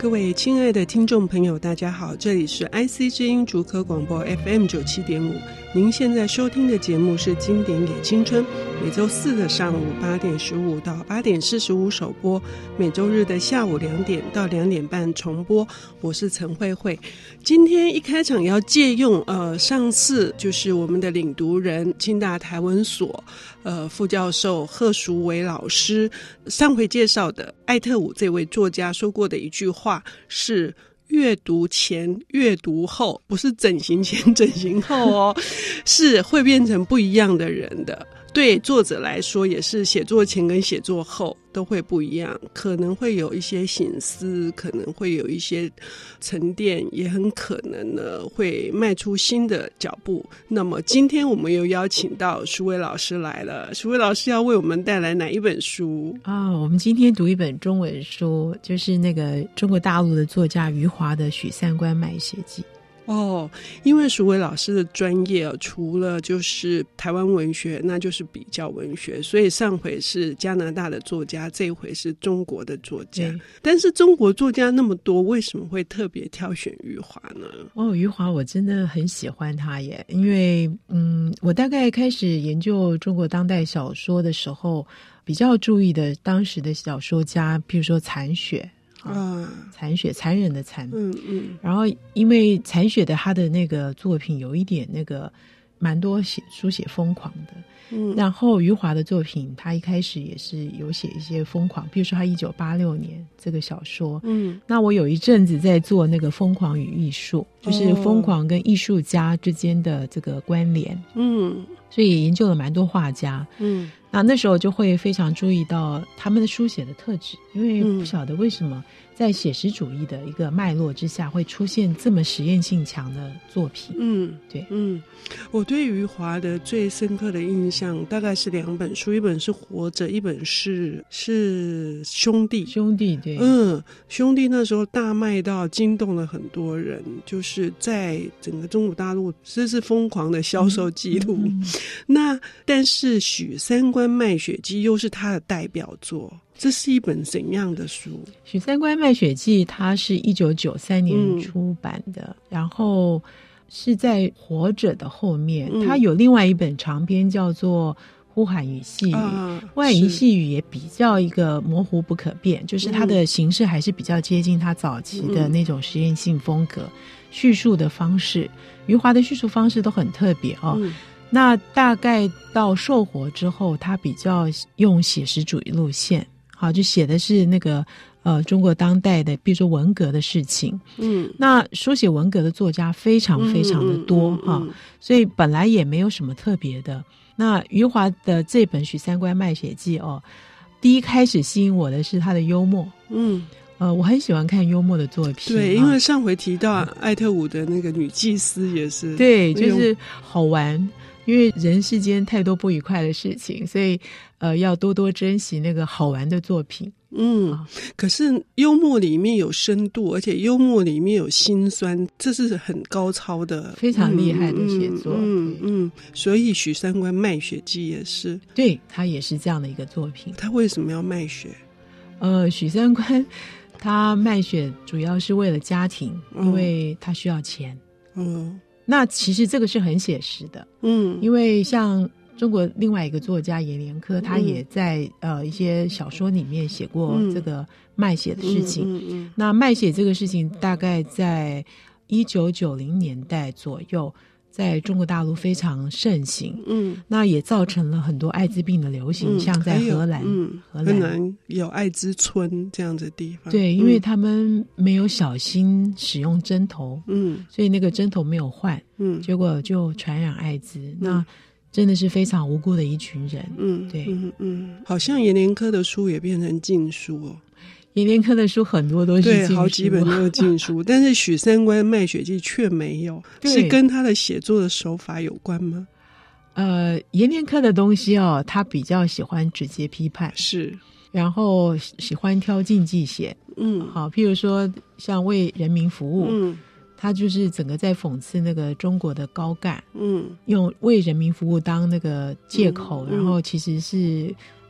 各位亲爱的听众朋友大家好，这里是 IC 之音竹科广播 FM 97.5， 您现在收听的节目是经典也青春，每周四的上午8点15到8点45首播，每周日的下午2点到2点半重播。我是陈慧慧。今天一开场要借用上次就是我们的领读人清大台文所副教授贺淑伟老师上回介绍的艾特伍这位作家说过的一句话是阅读前阅读后，不是整形前整形后哦，是会变成不一样的人的。对作者来说也是写作前跟写作后都会不一样，可能会有一些省思，可能会有一些沉淀，也很可能呢会迈出新的脚步。那么今天我们又邀请到淑伟老师来了，淑伟老师要为我们带来哪一本书啊？我们今天读一本中文书，就是那个中国大陆的作家余华的《许三观卖血记》。 哦，因为淑伟老师的专业除了就是台湾文学，那就是比较文学，所以上回是加拿大的作家，这回是中国的作家。但是中国作家那么多，为什么会特别挑选余华呢？ 哦，余华我真的很喜欢他耶，因为我大概开始研究中国当代小说的时候，比较注意的当时的小说家，譬如说残雪。残雪，残忍的残。然后因为残雪的他的那个作品有一点那个蛮多书写疯狂的。然后余华的作品他一开始也是有写一些疯狂，比如说他1986年这个小说。那我有一阵子在做那个疯狂与艺术，就是疯狂跟艺术家之间的这个关联。所以研究了蛮多画家。那时候就会非常注意到他们的书写的特质，因为不晓得为什么在写实主义的一个脉络之下会出现这么实验性强的作品。对。 我对余华的最深刻的印象大概是2本书，一本是《活着》，一本是兄弟。 对。 兄弟那时候大卖到惊动了很多人，就是在整个中国大陆这是疯狂的销售记录。那但是许三观卖血记又是他的代表作，这是一本怎样的书？ 许三观卖血记它是1993年出版的，然后是在活着的后面。它有另外一本长篇叫做呼喊与细语。呼喊与细语也比较一个模糊不可辨，就是它的形式还是比较接近它早期的那种实验性风格。叙述的方式，余华的叙述方式都很特别哦。那大概到受活之后，他比较用写实主义路线，好，就写的是那个中国当代的比如说文革的事情。那书写文革的作家非常非常的多所以本来也没有什么特别的。那余华的这本《许三观卖血记》第一开始吸引我的是他的幽默。我很喜欢看幽默的作品。 对，因为上回提到艾特伍的那个女祭司也是。 对，就是好玩。因为人世间太多不愉快的事情，所以要多多珍惜那个好玩的作品。 可是幽默里面有深度，而且幽默里面有辛酸，这是很高超的， 非常厉害的写作。 所以许三观卖血记也是。 对，他也是这样的一个作品。 他为什么要卖血？ 许三观他卖血主要是为了家庭，因为他需要钱。那其实这个是很写实的。因为像中国另外一个作家阎连科，他也在一些小说里面写过这个卖血的事情。那卖血这个事情大概在1990年代左右在中国大陆非常盛行。那也造成了很多艾滋病的流行，像在荷兰有艾滋村这样的地方。 对，因为他们没有小心使用针头，所以那个针头没有换，结果就传染艾滋。那真的是非常无辜的一群人。对。 好像阎连科的书也变成禁书哦。 阎连科的书很多都是禁书， 对，好几本都是禁书，但是许三观卖血记却没有，是跟他的写作的手法有关吗？ 阎连科的东西他比较喜欢直接批判， 是， 然后喜欢挑禁忌写。好，譬如说像为人民服务，他就是整个在讽刺那个中国的高干，用为人民服务当那个借口，然后其实是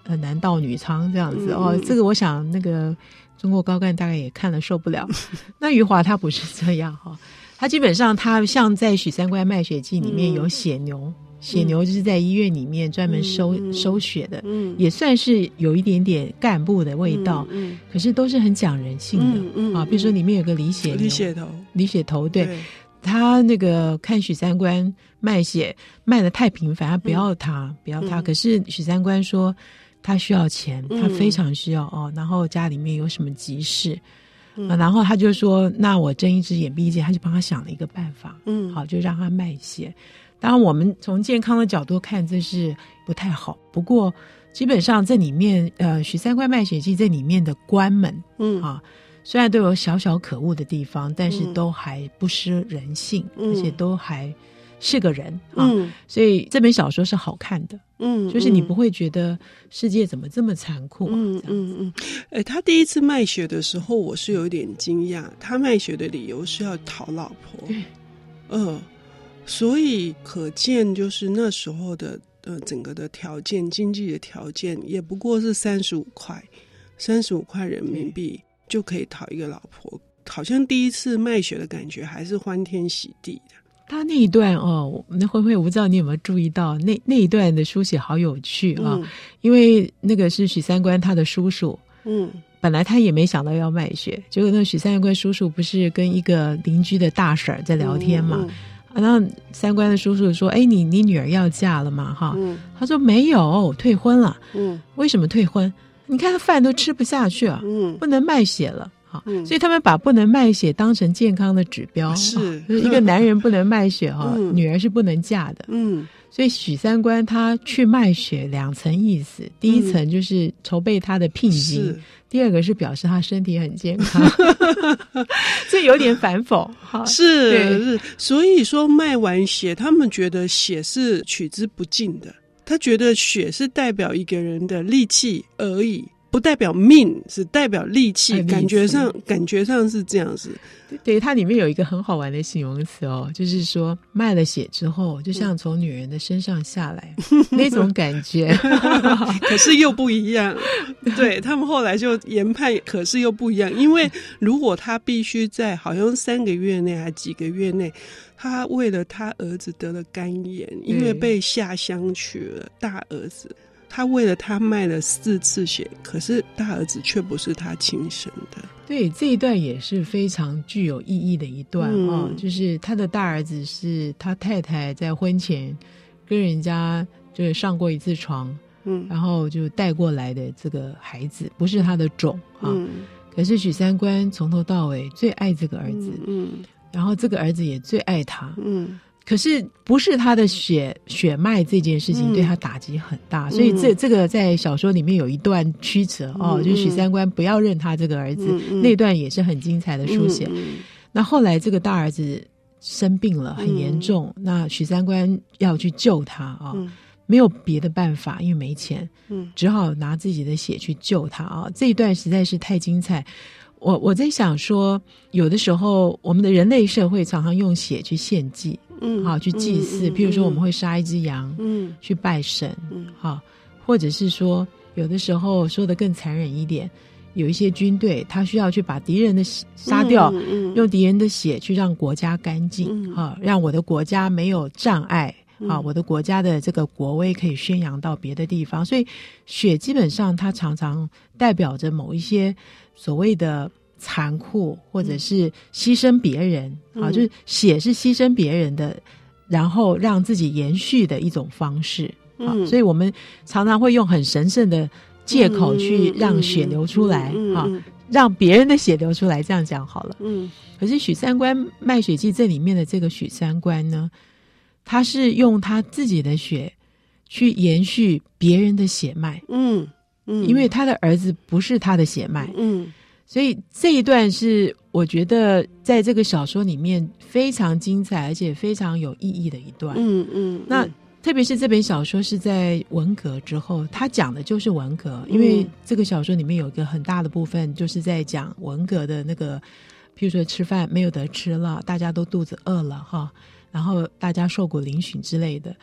男盗女娼这样子这个我想那个中国高干大概也看了受不了。那余华他不是这样他基本上他像在《许三观卖血记》里面有血牛，血牛就是在医院里面专门收血的，也算是有一点点干部的味道，可是都是很讲人性的比如说里面有个李血头，对，他那个看许三观卖血卖得太频繁，他不要他，可是许三观说他需要钱，他非常需要然后家里面有什么急事然后他就说那我睁一只眼闭一只眼，他就帮他想了一个办法好，就让他卖血。当然我们从健康的角度看这是不太好，不过基本上这里面许三观卖血记这里面的官们虽然都有小小可恶的地方，但是都还不失人性而且都还是个人所以这本小说是好看的就是你不会觉得世界怎么这么残酷他第一次卖血的时候我是有点惊讶，他卖血的理由是要讨老婆所以可见就是那时候的整个的条件，经济的条件也不过是35块人民币就可以讨一个老婆，好像第一次卖血的感觉还是欢天喜地的。 他那一段那慧慧我不知道你有没有注意到那一段的书写好有趣因为那个是许三观他的叔叔本来他也没想到要卖血，结果那许三观叔叔不是跟一个邻居的大婶在聊天嘛然后三观的叔叔说你女儿要嫁了吗他说没有，退婚了为什么退婚？你看他饭都吃不下去不能卖血了所以他们把不能卖血当成健康的指标是就是一个男人不能卖血女儿是不能嫁的所以许三观他去卖血2层意思，第一层就是筹备他的聘金第二个是表示他身体很健康这有点反讽是所以说卖完血他们觉得血是取之不尽的，他觉得血是代表一个人的力气而已，不代表命，是代表力气感觉上是这样子。 对，它里面有一个很好玩的形容词就是说卖了血之后就像从女人的身上下来那种感觉可是又不一样对，他们后来就研判可是又不一样，因为如果他必须在好像3个月内还几个月内，他为了他儿子得了肝炎，因为被下乡去了大儿子，他为了他卖了4次血，可是大儿子却不是他亲生的。 对，这一段也是非常具有意义的一段就是他的大儿子是他太太在婚前跟人家就是上过一次床然后就带过来的这个孩子不是他的种可是许三观从头到尾最爱这个儿子然后这个儿子也最爱他可是不是他的血脉这件事情对他打击很大所以这个在小说里面有一段曲折就是许三观不要认他这个儿子那段也是很精彩的书写那后来这个大儿子生病了很严重那许三观要去救他没有别的办法因为没钱只好拿自己的血去救他这一段实在是太精彩。我在想说有的时候我们的人类社会常常用血去献祭去祭祀譬如说我们会杀一只羊去拜神或者是说有的时候说得更残忍一点，有一些军队他需要去把敌人的杀掉用敌人的血去让国家干净让我的国家没有障碍我的国家的这个国威可以宣扬到别的地方，所以血基本上它常常代表着某一些所谓的残酷或者是牺牲别人就是血是牺牲别人的然后让自己延续的一种方式所以我们常常会用很神圣的借口去让血流出来让别人的血流出来这样讲好了可是许三观卖血记这里面的这个许三观呢他是用他自己的血去延续别人的血脉因为他的儿子不是他的血脉所以这一段是我觉得在这个小说里面非常精彩而且非常有意义的一段那特别是这本小说是在文革之后他讲的就是文革因为这个小说里面有一个很大的部分就是在讲文革的那个譬如说吃饭没有得吃了大家都肚子饿了然后大家受过嶙峋之类的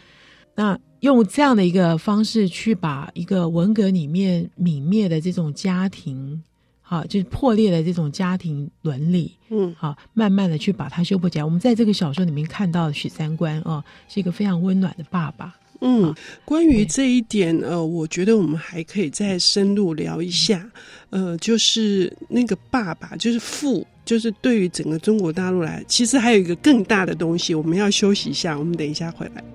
那用这样的一个方式去把一个文革里面泯灭的这种家庭，好，就是破裂的这种家庭伦理，好，慢慢的去把它修补起来。我们在这个小说里面看到许三观是一个非常温暖的爸爸。 关于这一点我觉得我们还可以再深入聊一下。就是那个爸爸，就是父，就是对于整个中国大陆来，其实还有一个更大的东西。我们要休息一下，我们等一下回来。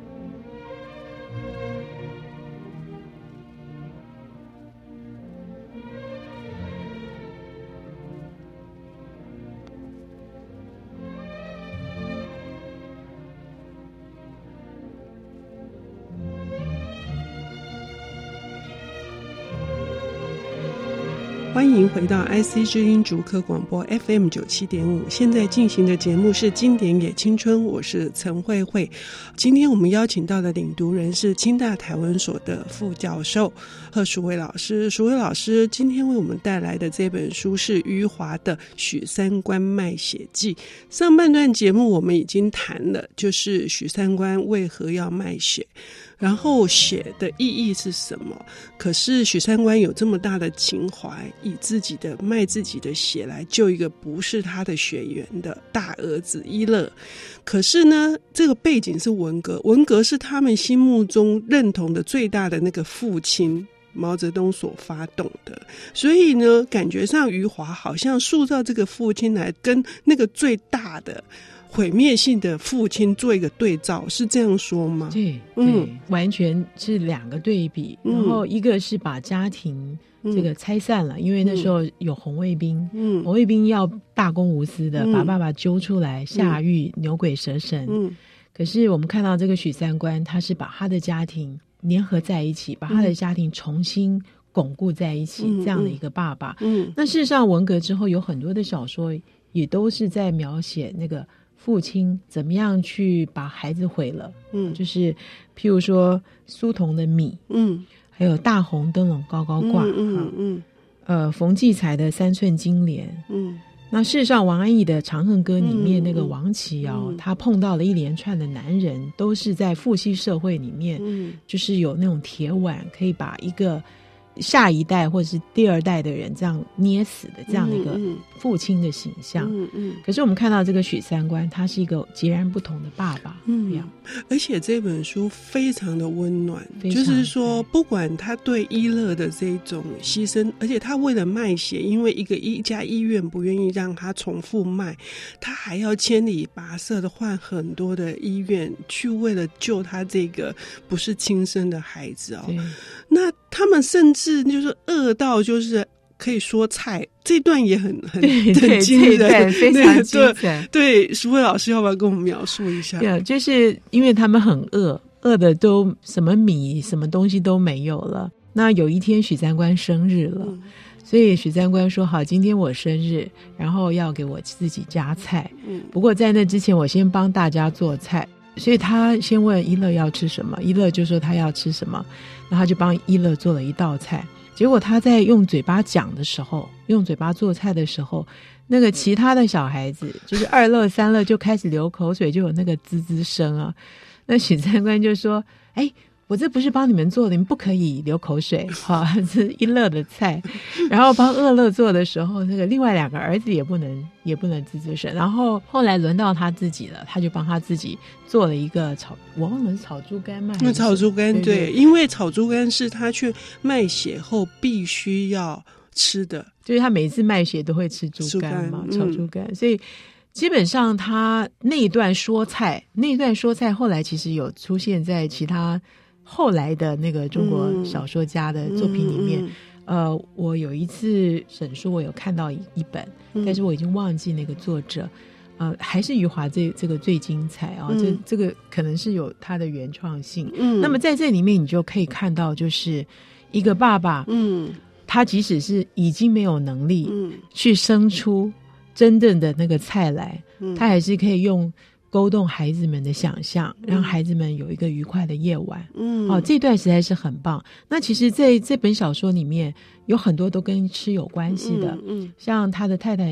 欢迎回到 IC 之音竹科广播 FM97.5， 现在进行的节目是经典也青春，我是陈慧慧。今天我们邀请到的领读人是清大台文所的副教授贺淑薇老师。淑薇老师今天为我们带来的这本书是余华的《许三观卖血记》。上半段节目我们已经谈了，就是许三观为何要卖血，然后血的意义是什么。可是许三观有这么大的情怀，以卖自己的血来救一个不是他的血缘的大儿子一乐。可是呢，这个背景是文革，文革是他们心目中认同的最大的那个父亲毛泽东所发动的，所以呢，感觉上余华好像塑造这个父亲来跟那个最大的毁灭性的父亲做一个对照，是这样说吗？ 对，完全是两个对比。然后一个是把家庭这个拆散了，因为那时候有红卫兵，红卫兵要大公无私的把爸爸揪出来下狱，牛鬼蛇神。可是我们看到这个许三观，他是把他的家庭粘合在一起，把他的家庭重新巩固在一起，这样的一个爸爸。那事实上文革之后有很多的小说也都是在描写那个父亲怎么样去把孩子毁了。就是譬如说苏童的米，还有大红灯笼高高挂，冯骥才的三寸金莲。那事实上王安忆的《长恨歌》里面那个王琦尧，他碰到了一连串的男人，都是在父系社会里面，就是有那种铁腕可以把一个下一代或者是第二代的人这样捏死的这样的一个父亲的形象。可是我们看到这个许三观，他是一个截然不同的爸爸。 而且这本书非常的温暖，就是说不管他对一乐的这种牺牲，而且他为了卖血，因为一家医院不愿意让他重复卖，他还要千里跋涉的换很多的医院去为了救他这个不是亲生的孩子那他们甚至就是饿到就是可以说菜，这段也很惊人， 非常精彩。 对，淑薇老师要不要跟我们描述一下？ 对，就是因为他们很饿的都什么米什么东西都没有了。那有一天许三观生日了，所以许三观说好，今天我生日，然后要给我自己加菜。不过在那之前我先帮大家做菜，所以他先问一乐要吃什么，一乐就说他要吃什么，然后他就帮一乐做了一道菜。结果他在用嘴巴讲的时候，用嘴巴做菜的时候，那个其他的小孩子就是二乐三乐就开始流口水，就有那个滋滋声啊。那许三观就说我这不是帮你们做的，你们不可以流口水，是一乐的菜。然后帮二乐做的时候，那个另外两个儿子也不能滋滋声。然后后来轮到他自己了，他就帮他自己做了一个我忘了是炒猪肝吗？ 炒猪肝，对，因为炒猪肝是他去卖血后必须要吃的， 就是他每次卖血都会吃猪肝嘛，炒猪肝，所以基本上他那一段说菜后来其实有出现在其他后来的那个中国小说家的作品里面。我有一次审书我有看到一本，但是我已经忘记那个作者。还是余华这个最精彩这个可能是有他的原创性。那么在这里面你就可以看到，就是一个爸爸，他即使是已经没有能力去生出真正的那个菜来，他还是可以用勾动孩子们的想象，让孩子们有一个愉快的夜晚。这段实在是很棒。那其实在这本小说里面有很多都跟吃有关系的，像他的太太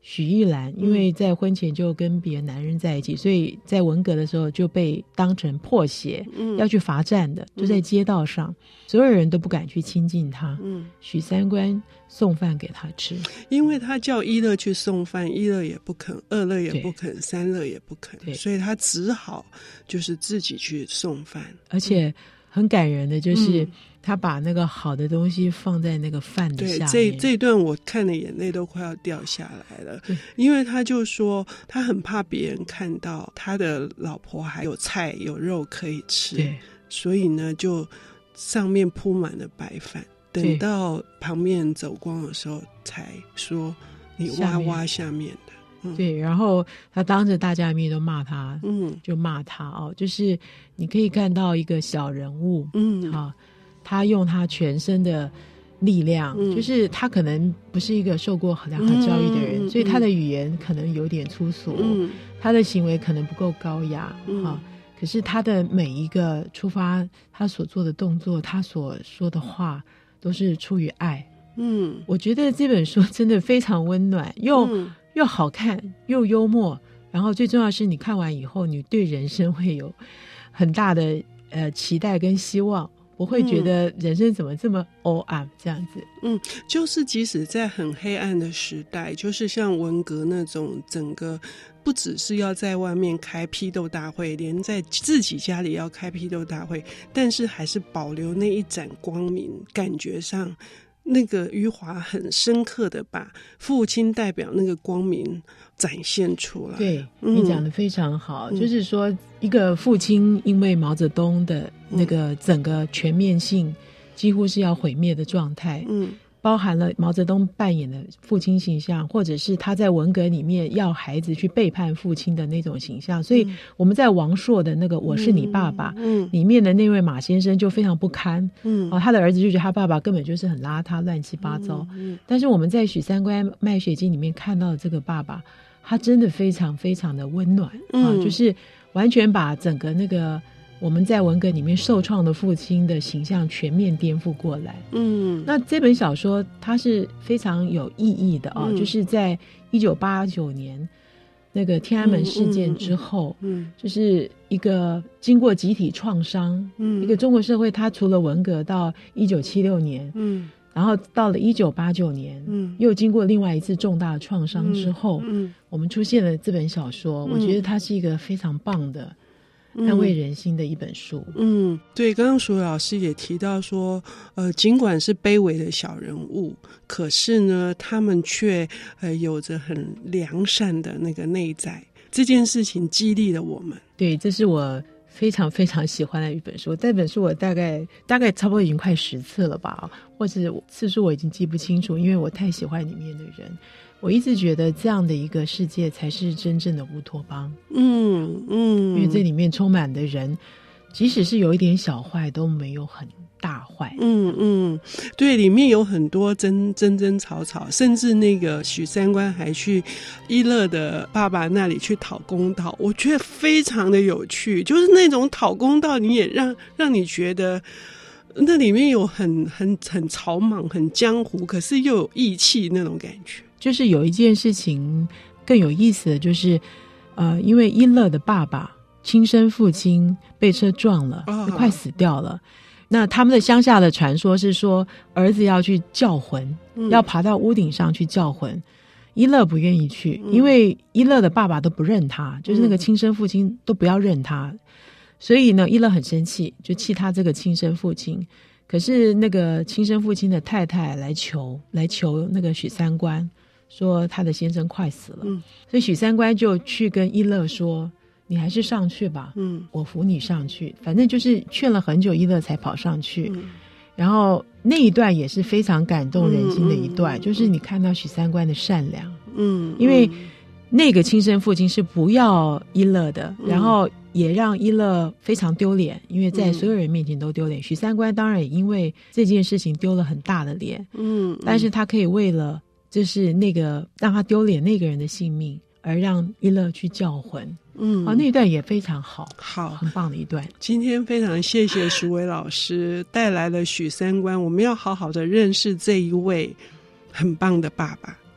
许玉兰因为在婚前就跟别的男人在一起，所以在文革的时候就被当成破鞋，要去罚站的，就在街道上，所有人都不敢去亲近他。许三观送饭给他吃， 因为他叫一乐去送饭，一乐也不肯，二乐也不肯，三乐也不肯，所以他只好就是自己去送饭。 而且很感人的就是他把那个好的东西放在那个饭的下面。 对，这一段我看的眼泪都快要掉下来了，因为他就说他很怕别人看到他的老婆还有菜有肉可以吃，对，所以呢就上面铺满了白饭，等到旁边人走光的时候才说你挖下面的。 对，然后他当着大家的面都骂他，就骂他哦，就是你可以看到一个小人物，他用他全身的力量，就是他可能不是一个受过良好教育的人，所以他的语言可能有点粗俗，他的行为可能不够高雅，可是他的每一个出发，他所做的动作，他所说的话，都是出于爱。我觉得这本书真的非常温暖，又好看又幽默，然后最重要是你看完以后，你对人生会有很大的期待跟希望。我会觉得人生怎么这么黑暗这样子。 就是即使在很黑暗的时代，就是像文革那种，整个不只是要在外面开批斗大会，连在自己家里要开批斗大会，但是还是保留那一盏光明，感觉上那个余华很深刻的把父亲代表那个光明展现出来。 对，你讲得非常好，就是说一个父亲因为毛泽东的那个整个全面性几乎是要毁灭的状态，包含了毛泽东扮演的父亲形象，或者是他在文革里面要孩子去背叛父亲的那种形象。所以我们在王朔的那个我是你爸爸里面的那位马先生就非常不堪，他的儿子就觉得他爸爸根本就是很邋遢乱七八糟，但是我们在许三观卖血记里面看到的这个爸爸，他真的非常非常的温暖，就是完全把整个那个我们在文革里面受创的父亲的形象全面颠覆过来。那这本小说它是非常有意义的就是在1989年那个天安门事件之后，就是一个经过集体创伤，一个中国社会，它除了文革到1976年，然后到了1989年，又经过另外一次重大的创伤之后，我们出现了这本小说，我觉得它是一个非常棒的安慰人心的一本书。 对，刚刚淑伟老师也提到说尽管是卑微的小人物，可是呢他们却有着很良善的那个内在，这件事情激励了我们。 对，这是我非常非常喜欢的一本书。这本书我大概差不多已经快10次了吧，或者次数我已经记不清楚，因为我太喜欢里面的人。我一直觉得这样的一个世界才是真正的乌托邦。因为这里面充满的人，即使是有一点小坏，都没有很大坏。 对，里面有很多争吵，甚至那个许三观还去一乐的爸爸那里去讨公道，我觉得非常的有趣。就是那种讨公道，你也让你觉得那里面有很草莽、很江湖，可是又有义气那种感觉。 就是有一件事情更有意思的就是，因为一乐的爸爸亲生父亲被车撞了，快死掉了。那他们的乡下的传说是说，儿子要去叫魂，要爬到屋顶上去叫魂。一乐不愿意去，因为一乐的爸爸都不认他，就是那个亲生父亲都不要认他，所以呢，一乐很生气，就气他这个亲生父亲。可是那个亲生父亲的太太来求那个许三观，说他的先生快死了，所以许三观就去跟一乐说，你还是上去吧，我扶你上去。反正就是劝了很久，一乐才跑上去。然后那一段也是非常感动人心的一段，就是你看到许三观的善良，因为那个亲生父亲是不要一乐的，然后也让一乐非常丢脸，因为在所有人面前都丢脸。许三观当然也因为这件事情丢了很大的脸，但是他可以为了就是那个让他丢脸那个人的性命而让一乐去叫魂。那一段也非常好，很棒的一段。 今天非常谢谢淑伟老师带来了许三观，我们要好好的认识这一位很棒的爸爸。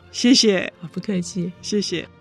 谢谢。 不客气， 谢谢。